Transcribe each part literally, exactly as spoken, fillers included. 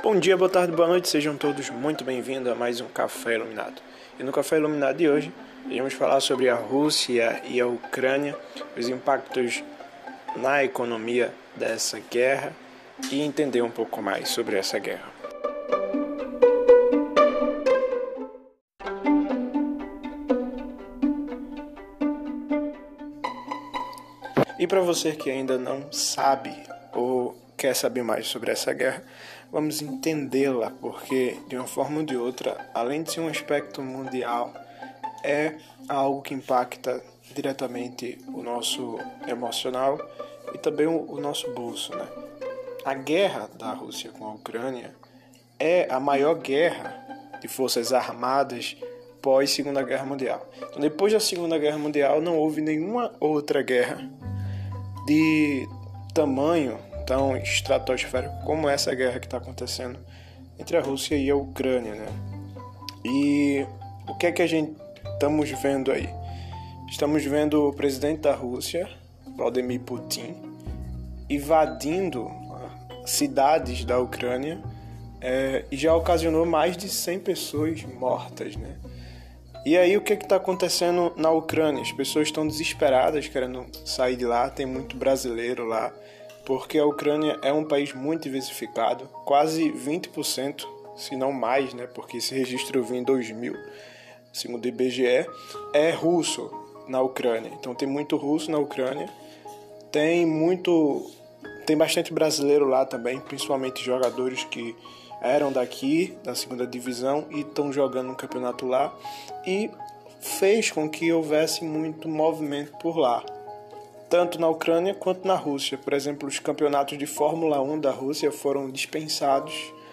Bom dia, boa tarde, boa noite, sejam todos muito bem-vindos a mais um Café Iluminado. E no Café Iluminado de hoje, iremos falar sobre a Rússia e a Ucrânia, os impactos na economia dessa guerra e entender um pouco mais sobre essa guerra. E para você que ainda não sabe ou quer saber mais sobre essa guerra, vamos entendê-la, porque de uma forma ou de outra, além de ser um aspecto mundial, é algo que impacta diretamente o nosso emocional e também o, o nosso bolso, né? A guerra da Rússia com a Ucrânia é a maior guerra de forças armadas pós Segunda Guerra Mundial. Então, depois da Segunda Guerra Mundial, não houve nenhuma outra guerra de tamanho tão estratosférico como essa guerra que está acontecendo entre a Rússia e a Ucrânia, né? E o que é que a gente estamos vendo aí? Estamos vendo o presidente da Rússia, Vladimir Putin, invadindo cidades da Ucrânia é, e já ocasionou mais de cem pessoas mortas, né? E aí o que está acontecendo na Ucrânia? As pessoas estão desesperadas querendo sair de lá, tem muito brasileiro lá, porque a Ucrânia é um país muito diversificado, quase vinte por cento, se não mais, né? Porque esse registro veio em dois mil, segundo o I B G E, é russo na Ucrânia. Então tem muito russo na Ucrânia, tem muito, tem bastante brasileiro lá também, principalmente jogadores que eram daqui, da segunda divisão, e estão jogando no campeonato lá, e fez com que houvesse muito movimento por lá, tanto na Ucrânia quanto na Rússia. Por exemplo, os campeonatos de Fórmula um da Rússia foram dispensados,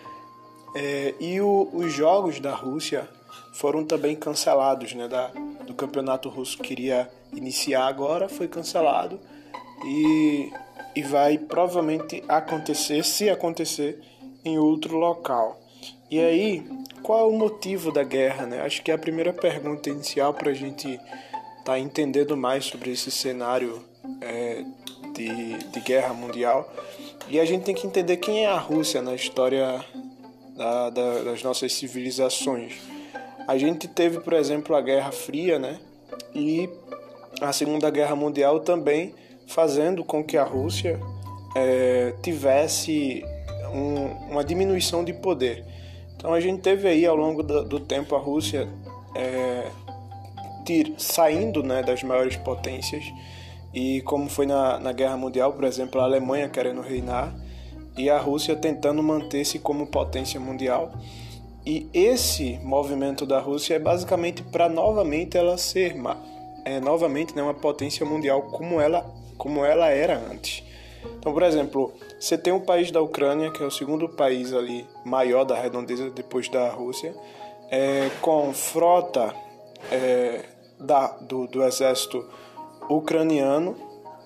é, e o, os jogos da Rússia foram também cancelados, né, da, do campeonato russo que iria iniciar agora, foi cancelado, e, e vai provavelmente acontecer, se acontecer, em outro local. E aí, qual é o motivo da guerra, né? Acho que é a primeira pergunta inicial para a gente estar tá entendendo mais sobre esse cenário é, de, de guerra mundial. E a gente tem que entender quem é a Rússia na história da, da, das nossas civilizações. A gente teve, por exemplo, a Guerra Fria, né? E a Segunda Guerra Mundial também fazendo com que a Rússia é, tivesse Um, uma diminuição de poder. Então a gente teve aí ao longo do, do tempo a Rússia é, tir, saindo, né, das maiores potências, e como foi na, na Guerra Mundial, por exemplo, a Alemanha querendo reinar e a Rússia tentando manter-se como potência mundial. E esse movimento da Rússia é basicamente para novamente ela ser é, novamente, né, uma potência mundial como ela, como ela era antes. Então, por exemplo, você tem o país da Ucrânia, que é o segundo país ali maior da redondeza depois da Rússia, é, com frota é, da, do, do exército ucraniano,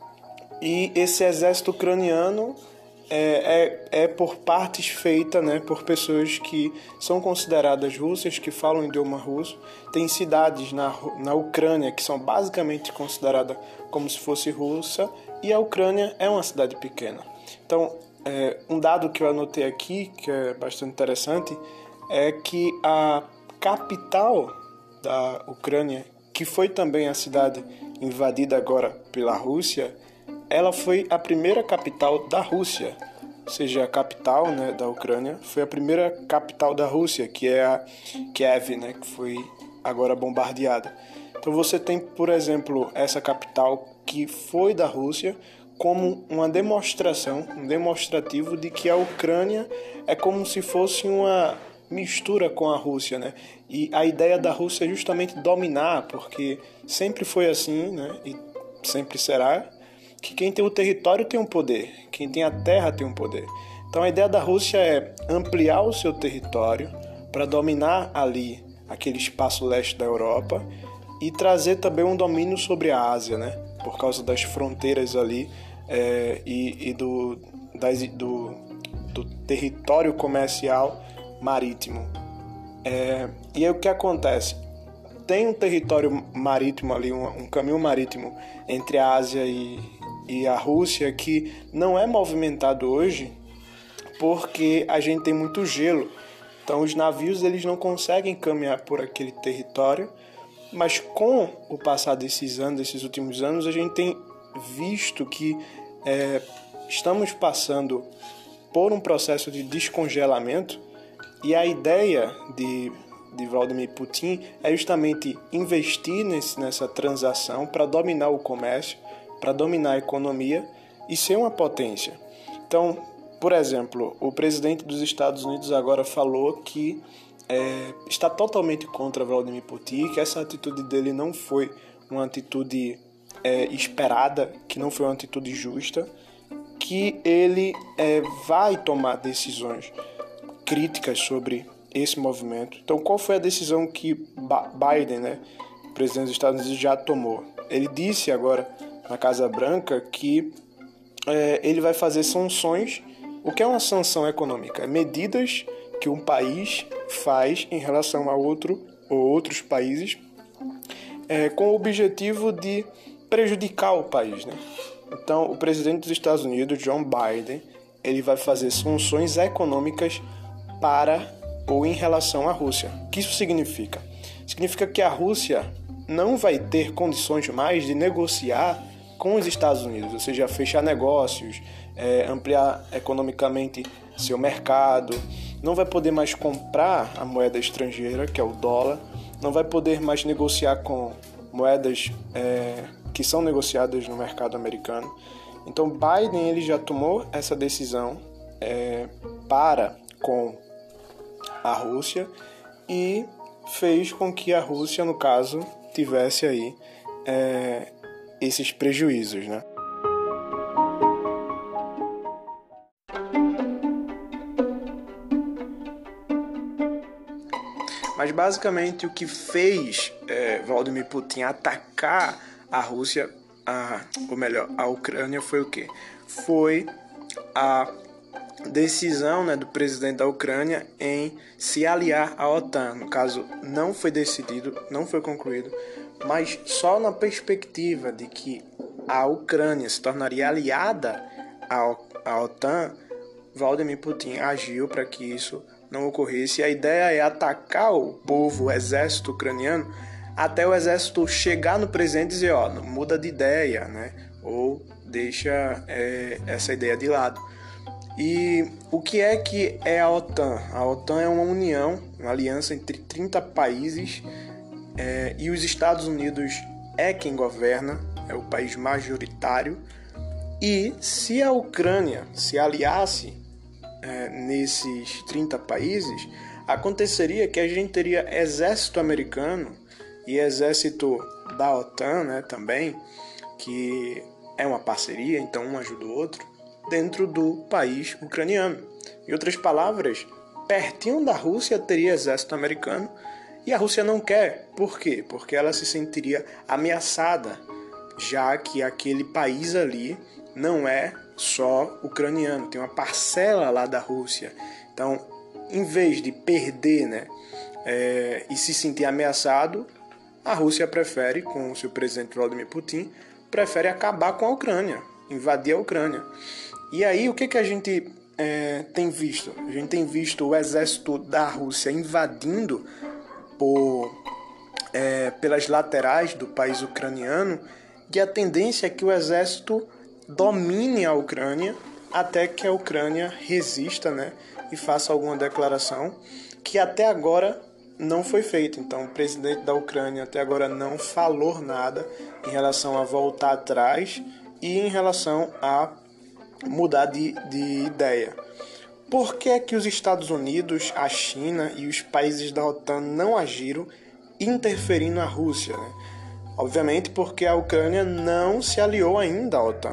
e esse exército ucraniano é, é, é por partes feita, né, por pessoas que são consideradas russas, que falam idioma russo. Tem cidades na, na Ucrânia que são basicamente consideradas como se fosse russa, e a Ucrânia é uma cidade pequena. Então, é, um dado que eu anotei aqui, que é bastante interessante, é que a capital da Ucrânia, que foi também a cidade invadida agora pela Rússia, ela foi a primeira capital da Rússia. Ou seja, a capital, né, da Ucrânia foi a primeira capital da Rússia, que é a Kiev, né, que foi agora bombardeada. Então você tem, por exemplo, essa capital que foi da Rússia como uma demonstração, um demonstrativo de que a Ucrânia é como se fosse uma mistura com a Rússia, né? E a ideia da Rússia é justamente dominar, porque sempre foi assim, né? E sempre será, que quem tem o território tem um poder, quem tem a terra tem um poder. Então a ideia da Rússia é ampliar o seu território para dominar ali aquele espaço leste da Europa e trazer também um domínio sobre a Ásia, né? Por causa das fronteiras ali é, e, e do, das, do, do território comercial marítimo. É, e aí o que acontece? Tem um território marítimo ali, um, um caminho marítimo entre a Ásia e, e a Rússia que não é movimentado hoje porque a gente tem muito gelo. Então os navios eles não conseguem caminhar por aquele território, mas com o passar desses anos, desses últimos anos, a gente tem visto que é, estamos passando por um processo de descongelamento, e a ideia de, de Vladimir Putin é justamente investir nesse, nessa transação para dominar o comércio, para dominar a economia e ser uma potência. Então, por exemplo, o presidente dos Estados Unidos agora falou que é, está totalmente contra Vladimir Putin, que essa atitude dele não foi uma atitude é, esperada, que não foi uma atitude justa, que ele é, vai tomar decisões críticas sobre esse movimento. Então, qual foi a decisão que Biden, né, o presidente dos Estados Unidos, já tomou? Ele disse agora na Casa Branca que é, ele vai fazer sanções. O que é uma sanção econômica? É medidas que um país faz em relação a outro ou outros países é, com o objetivo de prejudicar o país, né? Então, o presidente dos Estados Unidos, Joe Biden, ele vai fazer sanções econômicas para ou em relação à Rússia. O que isso significa? Significa que a Rússia não vai ter condições mais de negociar com os Estados Unidos, ou seja, fechar negócios, é, ampliar economicamente seu mercado, não vai poder mais comprar a moeda estrangeira, que é o dólar, não vai poder mais negociar com moedas é, que são negociadas no mercado americano. Então, Biden ele já tomou essa decisão é, para com a Rússia e fez com que a Rússia, no caso, tivesse aí é, esses prejuízos, né? Mas basicamente o que fez é, Vladimir Putin atacar a Rússia, a, ou melhor, a Ucrânia foi o quê? Foi a decisão, né, do presidente da Ucrânia em se aliar à OTAN. No caso, não foi decidido, não foi concluído, mas só na perspectiva de que a Ucrânia se tornaria aliada à, à OTAN, Vladimir Putin agiu para que isso não ocorresse. E a ideia é atacar o povo, o exército ucraniano, até o exército chegar no presidente e dizer, ó, não muda de ideia, né? Ou deixa é, essa ideia de lado. E o que é que é a OTAN? A OTAN é uma união, uma aliança entre trinta países é, e os Estados Unidos é quem governa, é o país majoritário. E se a Ucrânia se aliasse é, nesses trinta países, aconteceria que a gente teria exército americano e exército da OTAN, né, também, que é uma parceria, então um ajuda o outro, dentro do país ucraniano. Em outras palavras, pertinho da Rússia teria exército americano e a Rússia não quer. Por quê? Porque ela se sentiria ameaçada, já que aquele país ali não é só ucraniano, tem uma parcela lá da Rússia. Então, em vez de perder, né, é, e se sentir ameaçado, a Rússia prefere, com o seu presidente Vladimir Putin, prefere acabar com a Ucrânia, invadir a Ucrânia. E aí, o que, que a gente é, tem visto? A gente tem visto o exército da Rússia invadindo por, é, pelas laterais do país ucraniano, e a tendência é que o exército domine a Ucrânia até que a Ucrânia resista, né, e faça alguma declaração, que até agora não foi feita. Então, o presidente da Ucrânia até agora não falou nada em relação a voltar atrás e em relação a mudar de, de ideia. Por que é que os Estados Unidos, a China e os países da OTAN não agiram interferindo na Rússia, né? Obviamente porque a Ucrânia não se aliou ainda à OTAN.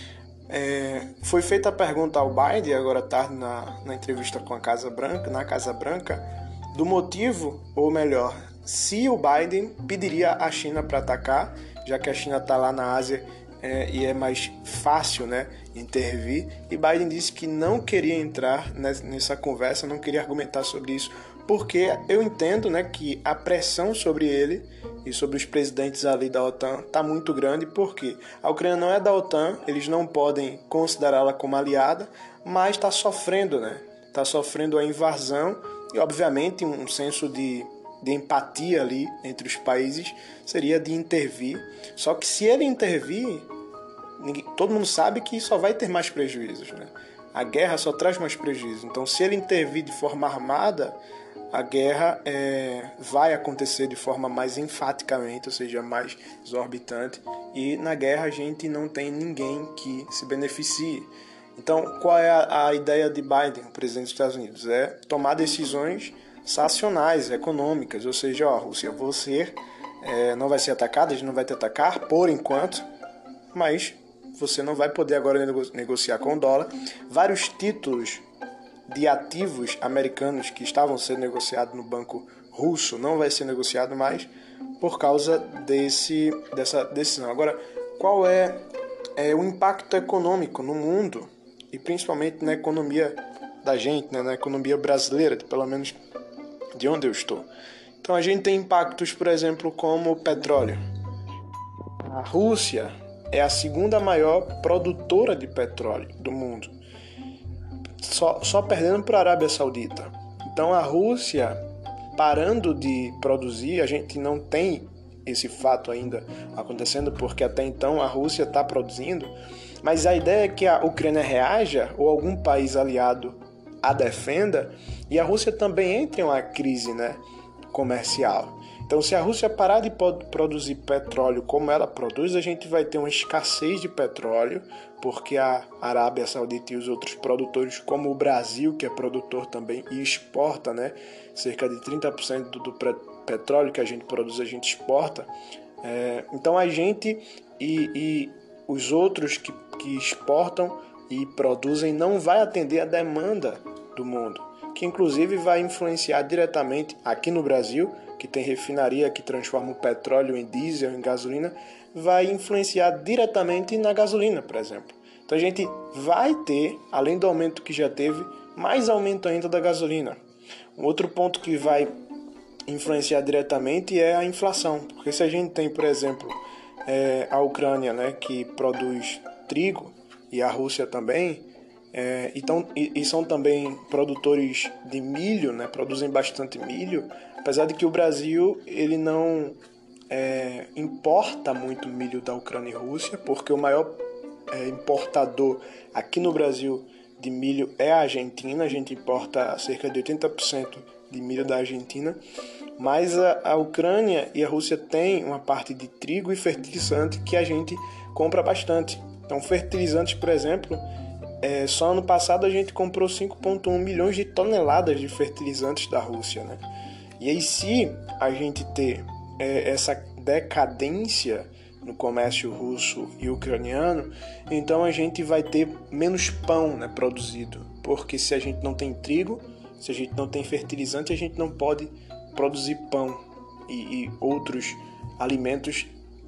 É, foi feita a pergunta ao Biden agora à tarde na, na entrevista com a Casa Branca, na Casa Branca, do motivo, ou melhor, se o Biden pediria à China para atacar, já que a China está lá na Ásia é, e é mais fácil, né, intervir, e Biden disse que não queria entrar nessa conversa, não queria argumentar sobre isso, porque eu entendo, né, que a pressão sobre ele e sobre os presidentes ali da OTAN está muito grande, porque a Ucrânia não é da OTAN, eles não podem considerá-la como aliada, mas está sofrendo, né? Está sofrendo a invasão e, obviamente, um senso de, de empatia ali entre os países seria de intervir. Só que se ele intervir, ninguém, todo mundo sabe que só vai ter mais prejuízos, né? A guerra só traz mais prejuízos. Então, se ele intervir de forma armada, a guerra é, vai acontecer de forma mais enfaticamente, ou seja, mais exorbitante. E na guerra a gente não tem ninguém que se beneficie. Então, qual é a, a ideia de Biden, o presidente dos Estados Unidos? É tomar decisões sancionais, econômicas, ou seja, ó, a Rússia, você é, não vai ser atacada, a gente não vai te atacar por enquanto, mas você não vai poder agora negociar com o dólar. Vários títulos de ativos americanos que estavam sendo negociados no banco russo não vai ser negociado mais por causa desse, dessa decisão. Agora, qual é, é o impacto econômico no mundo e principalmente na economia da gente, né, na economia brasileira, pelo menos de onde eu estou? Então a gente tem impactos, por exemplo, como o petróleo. A Rússia é a segunda maior produtora de petróleo do mundo, só, só perdendo para a Arábia Saudita. Então a Rússia parando de produzir, a gente não tem esse fato ainda acontecendo, porque até então a Rússia está produzindo, mas a ideia é que a Ucrânia reaja ou algum país aliado a defenda e a Rússia também entre em uma crise, né, comercial. Então, se a Rússia parar de produzir petróleo como ela produz, a gente vai ter uma escassez de petróleo, porque a Arábia Saudita e os outros produtores, como o Brasil, que é produtor também e exporta, né, cerca de trinta por cento do petróleo que a gente produz, a gente exporta. É, então, a gente e, e os outros que, que exportam e produzem não vai atender a demanda do mundo, que inclusive vai influenciar diretamente aqui no Brasil, que tem refinaria que transforma o petróleo em diesel, em gasolina, vai influenciar diretamente na gasolina, por exemplo. Então a gente vai ter, além do aumento que já teve, mais aumento ainda da gasolina. Um outro ponto que vai influenciar diretamente é a inflação, porque se a gente tem, por exemplo, é, a Ucrânia, né, que produz trigo, e a Rússia também, É, então, e, e são também produtores de milho, né? Produzem bastante milho, apesar de que o Brasil ele não é, importa muito milho da Ucrânia e Rússia, porque o maior é, importador aqui no Brasil de milho é a Argentina. A gente importa cerca de oitenta por cento de milho da Argentina, mas a, a Ucrânia e a Rússia têm uma parte de trigo e fertilizante que a gente compra bastante. Então, fertilizantes, por exemplo, É, só ano passado a gente comprou cinco vírgula um milhões de toneladas de fertilizantes da Rússia, né? E aí, se a gente ter é, essa decadência no comércio russo e ucraniano, então a gente vai ter menos pão, né, produzido. Porque se a gente não tem trigo, se a gente não tem fertilizante, a gente não pode produzir pão e, e outros alimentos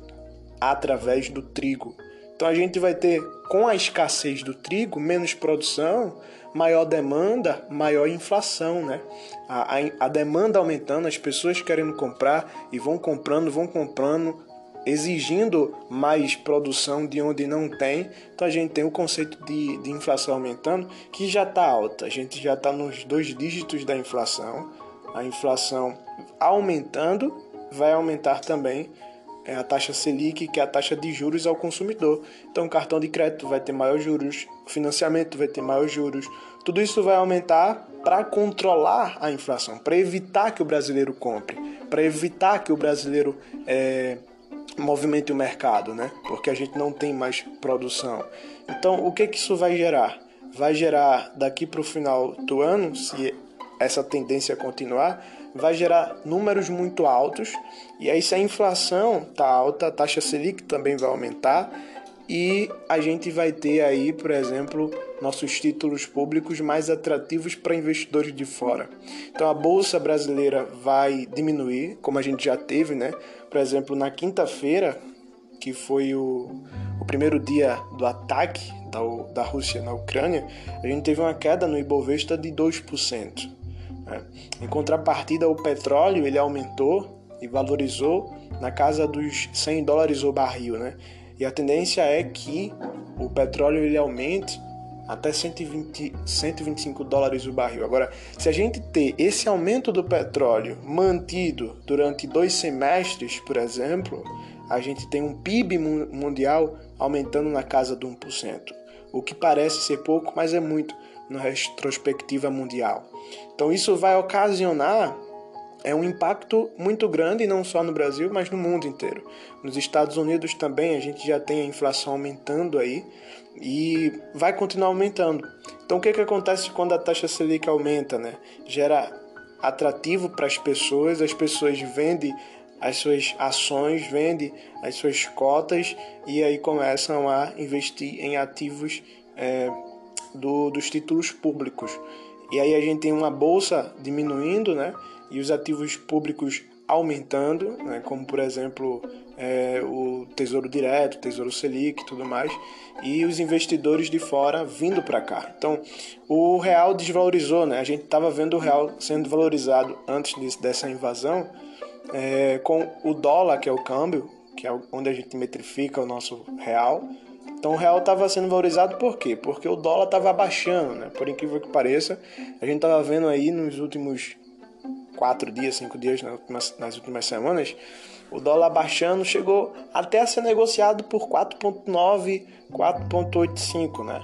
através do trigo. Então a gente vai ter, com a escassez do trigo, menos produção, maior demanda, maior inflação, né? A, a, a demanda aumentando, as pessoas querendo comprar e vão comprando, vão comprando, exigindo mais produção de onde não tem. Então a gente tem o conceito de, de inflação aumentando, que já está alta. A gente já está nos dois dígitos da inflação. A inflação aumentando vai aumentar também é a taxa Selic, que é a taxa de juros ao consumidor. Então o cartão de crédito vai ter maiores juros, o financiamento vai ter maiores juros. Tudo isso vai aumentar para controlar a inflação, para evitar que o brasileiro compre, para evitar que o brasileiro é, movimente o mercado, né? Porque a gente não tem mais produção. Então o que, que isso vai gerar? Vai gerar daqui para o final do ano, se essa tendência continuar, vai gerar números muito altos, e aí se a inflação está alta, a taxa Selic também vai aumentar, e a gente vai ter aí, por exemplo, nossos títulos públicos mais atrativos para investidores de fora. Então a Bolsa brasileira vai diminuir, como a gente já teve, né? Por exemplo, na quinta-feira, que foi o, o primeiro dia do ataque da, da Rússia na Ucrânia, a gente teve uma queda no Ibovespa de dois por cento. né? Em contrapartida, o petróleo ele aumentou e valorizou na casa dos cem dólares o barril, né? E a tendência é que o petróleo ele aumente até cento e vinte, cento e vinte e cinco dólares o barril. Agora, se a gente ter esse aumento do petróleo mantido durante dois semestres, por exemplo, a gente tem um P I B mundial aumentando na casa de um por cento. O que parece ser pouco, mas é muito na retrospectiva mundial. Então isso vai ocasionar é um impacto muito grande, não só no Brasil, mas no mundo inteiro. Nos Estados Unidos também a gente já tem a inflação aumentando aí e vai continuar aumentando. Então o que, que acontece quando a taxa Selic aumenta, né? Gera atrativo para as pessoas, as pessoas vendem as suas ações, vendem as suas cotas e aí começam a investir em ativos é, do, dos títulos públicos. E aí a gente tem uma bolsa diminuindo, né? E os ativos públicos aumentando, né? Como por exemplo é, o Tesouro Direto, o Tesouro Selic e tudo mais, e os investidores de fora vindo para cá. Então o real desvalorizou, né? A gente estava vendo o real sendo valorizado antes de, dessa invasão, é, com o dólar, que é o câmbio, que é onde a gente metrifica o nosso real. Então o real estava sendo valorizado por quê? Porque o dólar estava abaixando, né? Por incrível que pareça, a gente estava vendo aí nos últimos quatro dias, cinco dias, nas últimas, nas últimas semanas, o dólar baixando chegou até a ser negociado por quatro vírgula nove, quatro vírgula oitenta e cinco, né?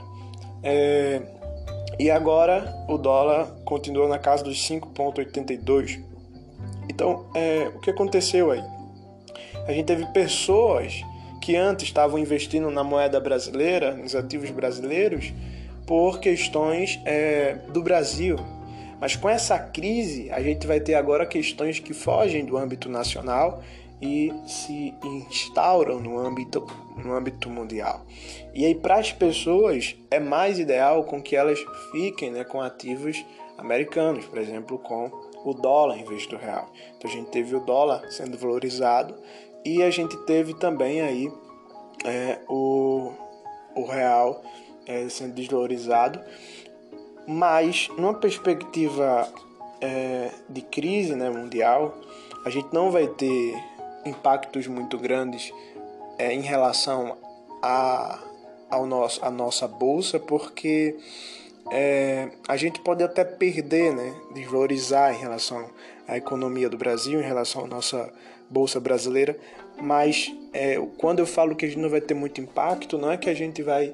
É, e agora o dólar continua na casa dos cinco vírgula oitenta e dois. Então, é, o que aconteceu aí? A gente teve pessoas que antes estavam investindo na moeda brasileira, nos ativos brasileiros, por questões é, do Brasil. Mas com essa crise, a gente vai ter agora questões que fogem do âmbito nacional e se instauram no âmbito, no âmbito mundial. E aí, para as pessoas, é mais ideal com que elas fiquem, né, com ativos americanos, por exemplo, com o dólar em vez do real. Então, a gente teve o dólar sendo valorizado e a gente teve também aí é, o, o real é, sendo desvalorizado. Mas, numa perspectiva é, de crise, né, mundial, a gente não vai ter impactos muito grandes é, em relação a, ao nosso, a nossa bolsa, porque é, a gente pode até perder, né, desvalorizar em relação à economia do Brasil, em relação à nossa bolsa brasileira, mas é, quando eu falo que a gente não vai ter muito impacto, não é que a gente vai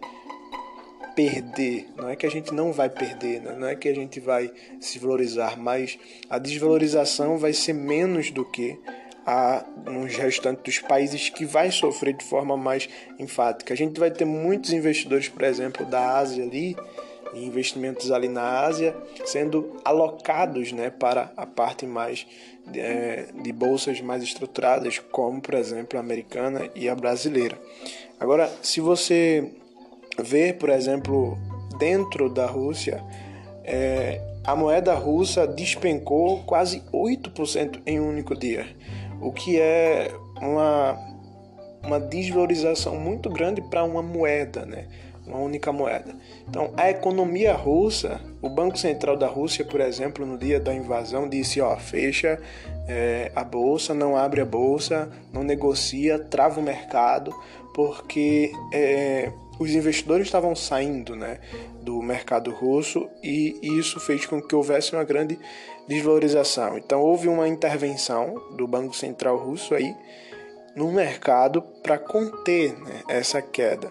perder, não é que a gente não vai perder, né? Não é que a gente vai se valorizar, mas a desvalorização vai ser menos do que a nos restantes dos países, que vai sofrer de forma mais enfática. A gente vai ter muitos investidores, por exemplo, da Ásia ali, investimentos ali na Ásia, sendo alocados, né, para a parte mais é, de bolsas mais estruturadas, como, por exemplo, a americana e a brasileira. Agora, se você ver, por exemplo, dentro da Rússia, é, a moeda russa despencou quase oito por cento em um único dia, o que é uma, uma desvalorização muito grande para uma moeda, né? Uma única moeda. Então, a economia russa, o Banco Central da Rússia, por exemplo, no dia da invasão, disse, ó, fecha é, a bolsa, não abre a bolsa, não negocia, trava o mercado, porque é, os investidores estavam saindo, né, do mercado russo e isso fez com que houvesse uma grande desvalorização. Então houve uma intervenção do Banco Central russo aí no mercado para conter, né, essa queda.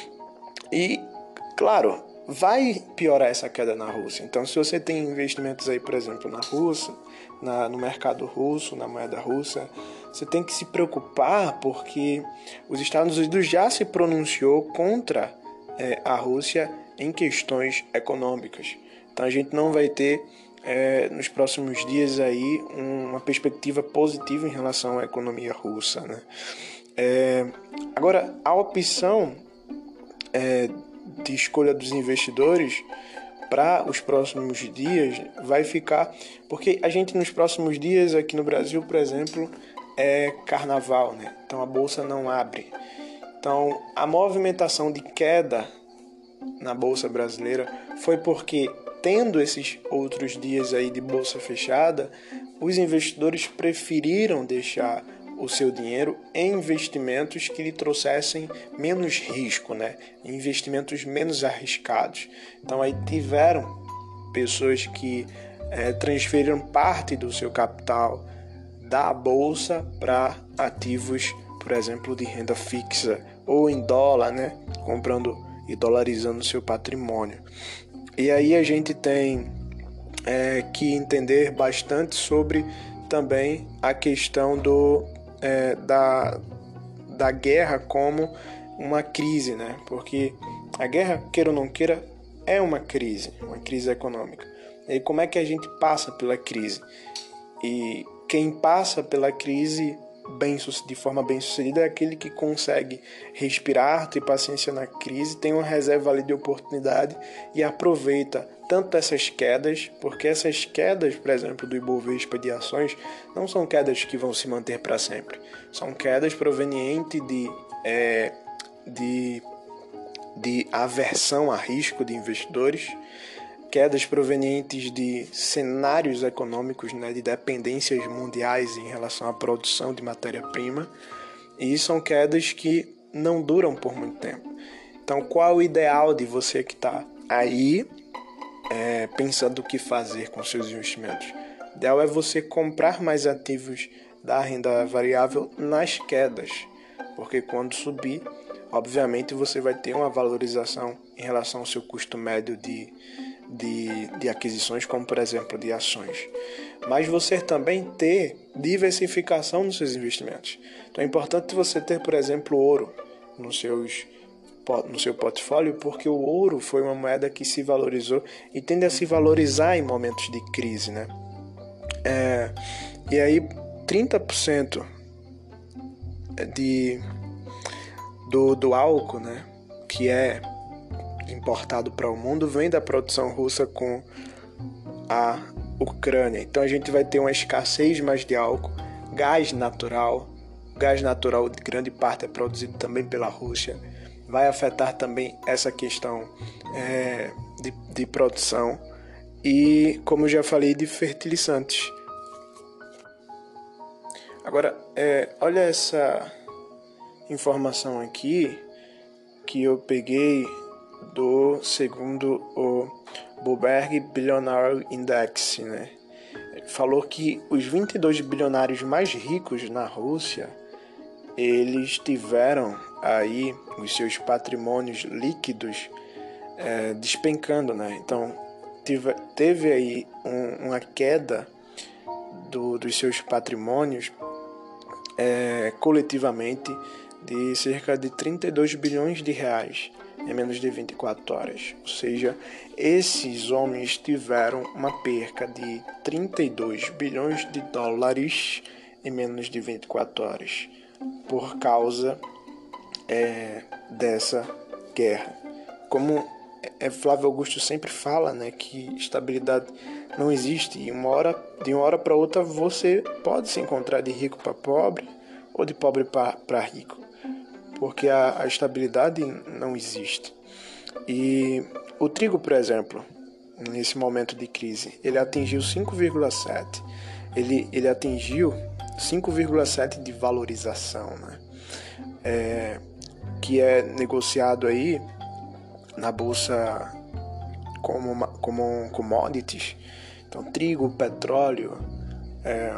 E, claro, vai piorar essa queda na Rússia. Então, se você tem investimentos aí, por exemplo, na Rússia, na, no mercado russo, na moeda russa, você tem que se preocupar porque os Estados Unidos já se pronunciou contra é, a Rússia em questões econômicas. Então, a gente não vai ter é, nos próximos dias aí uma perspectiva positiva em relação à economia russa, né? É, agora, a opção é, de escolha dos investidores para os próximos dias vai ficar, porque a gente nos próximos dias aqui no Brasil, por exemplo, é carnaval, né? Então a bolsa não abre. Então a movimentação de queda na bolsa brasileira foi porque tendo esses outros dias aí de bolsa fechada, os investidores preferiram deixar o seu dinheiro em investimentos que lhe trouxessem menos risco, né? Investimentos menos arriscados. Então aí tiveram pessoas que é, transferiram parte do seu capital da bolsa para ativos, por exemplo, de renda fixa ou em dólar, né? Comprando e dolarizando seu patrimônio. E aí a gente tem é, que entender bastante sobre também a questão do, é, da, da guerra como uma crise, né? Porque a guerra, queira ou não queira, é uma crise, uma crise econômica. E como é que a gente passa pela crise? E quem passa pela crise bem, de forma bem sucedida é aquele que consegue respirar, ter paciência na crise, tem uma reserva ali de oportunidade e aproveita tanto essas quedas, porque essas quedas, por exemplo, do Ibovespa de ações, não são quedas que vão se manter para sempre. São quedas provenientes de, é, de, de aversão a risco de investidores, quedas provenientes de cenários econômicos, né, de dependências mundiais em relação à produção de matéria-prima, e são quedas que não duram por muito tempo. Então, qual o ideal de você que está aí é, pensando o que fazer com seus investimentos? O ideal é você comprar mais ativos da renda variável nas quedas, porque quando subir, obviamente você vai ter uma valorização em relação ao seu custo médio de De, de aquisições, como por exemplo de ações, mas você também ter diversificação nos seus investimentos. Então é importante você ter, por exemplo, ouro nos seus, no seu portfólio, porque o ouro foi uma moeda que se valorizou e tende a se valorizar em momentos de crise, né? É, e aí trinta por cento de, do, do álcool, né, que é importado para o mundo, vem da produção russa com a Ucrânia. Então a gente vai ter uma escassez mais de álcool, gás natural. Gás natural de grande parte é produzido também pela Rússia. Vai afetar também essa questão é, de, de produção e, como eu já falei, de fertilizantes. Agora, é, olha essa informação aqui que eu peguei do segundo o Bloomberg Billionaire Index, né? Falou que os vinte e dois bilionários mais ricos na Rússia, eles tiveram aí os seus patrimônios líquidos é, despencando, né? Então tive, teve aí um, uma queda do, dos seus patrimônios é, coletivamente de cerca de trinta e dois bilhões de reais em menos de vinte e quatro horas. Ou seja, esses homens tiveram uma perca de trinta e dois bilhões de dólares em menos de vinte e quatro horas por causa é, dessa guerra. Como é, Flávio Augusto sempre fala, né, que estabilidade não existe e uma hora, de uma hora para outra você pode se encontrar de rico para pobre ou de pobre para rico, porque a, a estabilidade não existe. E o trigo, por exemplo, nesse momento de crise, ele atingiu cinco vírgula sete. Ele, ele atingiu cinco vírgula sete de valorização, né? É, que é negociado aí na bolsa como, como commodities. Então, trigo, petróleo, é,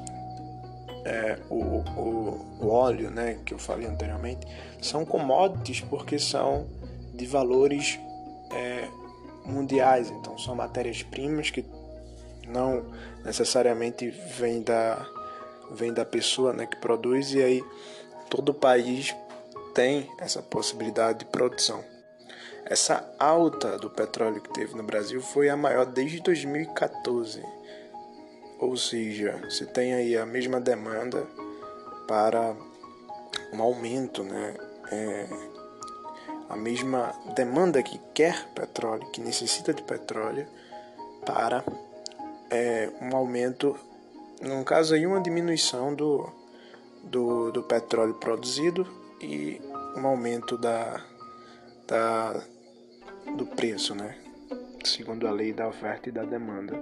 É, o, o, o óleo, né, que eu falei anteriormente, são commodities porque são de valores é, mundiais, então são matérias-primas que não necessariamente vêm da, vem da pessoa, né, que produz, e aí todo país tem essa possibilidade de produção. Essa alta do petróleo que teve no Brasil foi a maior desde dois mil e quatorze. Ou seja, você tem aí a mesma demanda para um aumento, né? É, a mesma demanda que quer petróleo, que necessita de petróleo, para é, um aumento, no caso aí uma diminuição do, do, do petróleo produzido e um aumento da, da, do preço, né? segundo a lei da oferta e da demanda.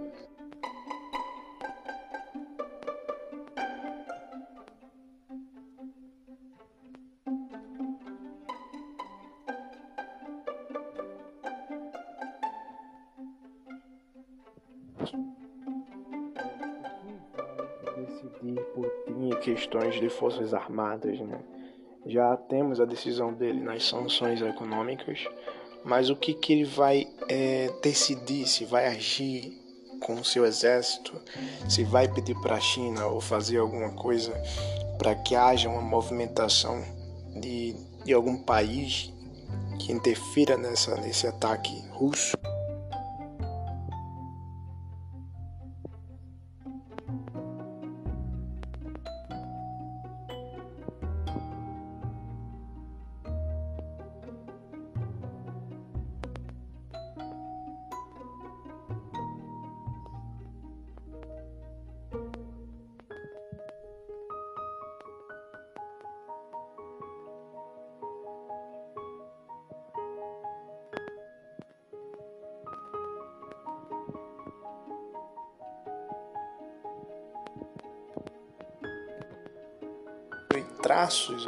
Decidir por em questões de forças armadas, né? Já temos a decisão dele nas sanções econômicas, mas o que, que ele vai é, decidir, se vai agir com o seu exército, se vai pedir para a China ou fazer alguma coisa para que haja uma movimentação de, de algum país que interfira nessa, nesse ataque russo. Traços.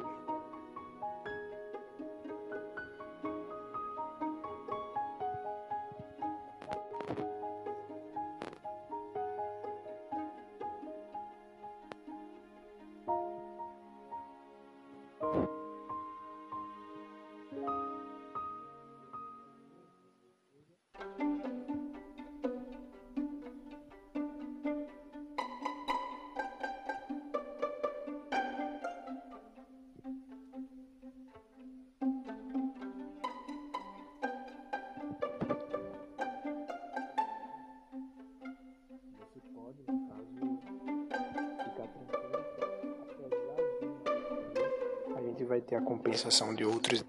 A gente vai ter a compensação de outros.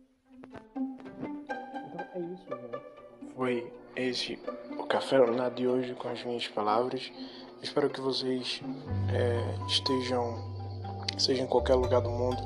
Então é isso, né? Foi esse o Café Lunar de hoje com as minhas palavras. Espero que vocês é, estejam, sejam em qualquer lugar do mundo,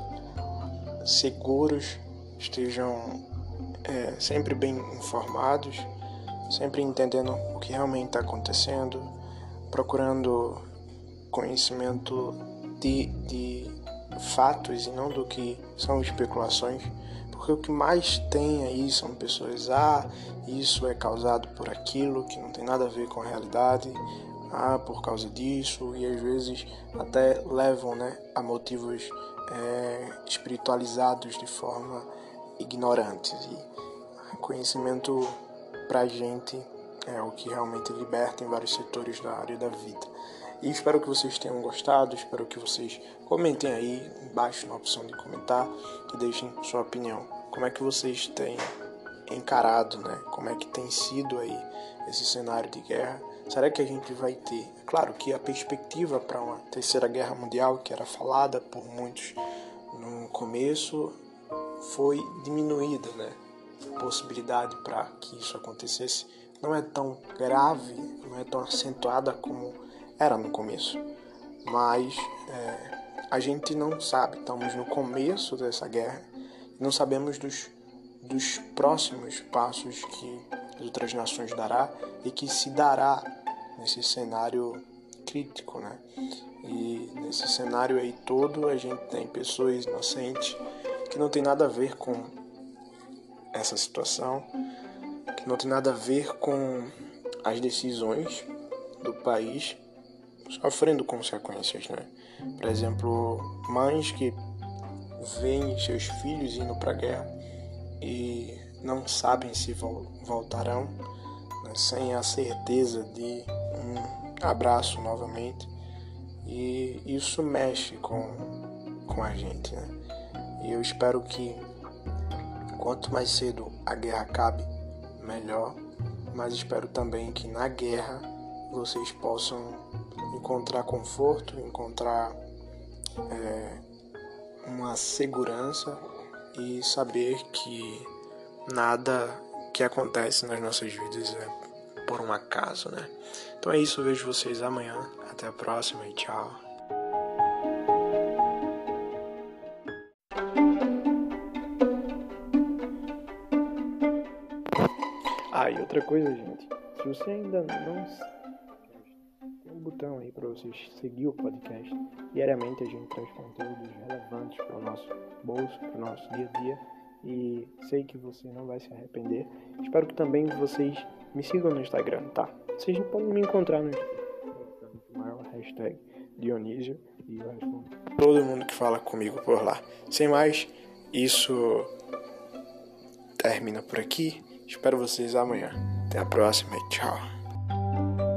seguros, estejam é, sempre bem informados, sempre entendendo o que realmente está acontecendo, procurando conhecimento de, de fatos e não do que são especulações, porque o que mais tem aí são pessoas, ah, isso é causado por aquilo que não tem nada a ver com a realidade, ah, por causa disso, e às vezes até levam, né, a motivos é, espiritualizados de forma ignorante. E conhecimento pra gente é o que realmente liberta em vários setores da área da vida. E espero que vocês tenham gostado, espero que vocês comentem aí embaixo na opção de comentar e deixem sua opinião. Como é que vocês têm encarado, né? Como é que tem sido aí esse cenário de guerra? Será que a gente vai ter? Claro que a perspectiva para uma terceira guerra mundial, que era falada por muitos no começo, foi diminuída, né? A possibilidade para que isso acontecesse não é tão grave, não é tão acentuada como era no começo, mas é, a gente não sabe, estamos no começo dessa guerra, não sabemos dos, dos próximos passos que as outras nações dará e que se dará nesse cenário crítico, né? E nesse cenário aí todo a gente tem pessoas inocentes que não tem nada a ver com essa situação, que não tem nada a ver com as decisões do país, sofrendo consequências, né? Por exemplo, mães que veem seus filhos indo para a guerra e não sabem se voltarão, né? Sem a certeza de um abraço novamente, e isso mexe com, com a gente, né? E eu espero que quanto mais cedo a guerra acabe, melhor, mas espero também que na guerra vocês possam encontrar conforto, encontrar é, uma segurança e saber que nada que acontece nas nossas vidas é por um acaso, né? Então é isso, eu vejo vocês amanhã. Até a próxima e tchau. Ah, e outra coisa, gente, se você ainda não tem um botão aí para vocês seguir o podcast. Diariamente a gente traz conteúdos relevantes para o nosso bolso, para o nosso dia a dia, e sei que você não vai se arrepender. Espero que também vocês me sigam no Instagram, tá? Vocês podem me encontrar no Instagram, maior hashtag Dionísio, e eu respondo todo mundo que fala comigo por lá. Sem mais, isso termina por aqui. Espero vocês amanhã. Até a próxima e tchau.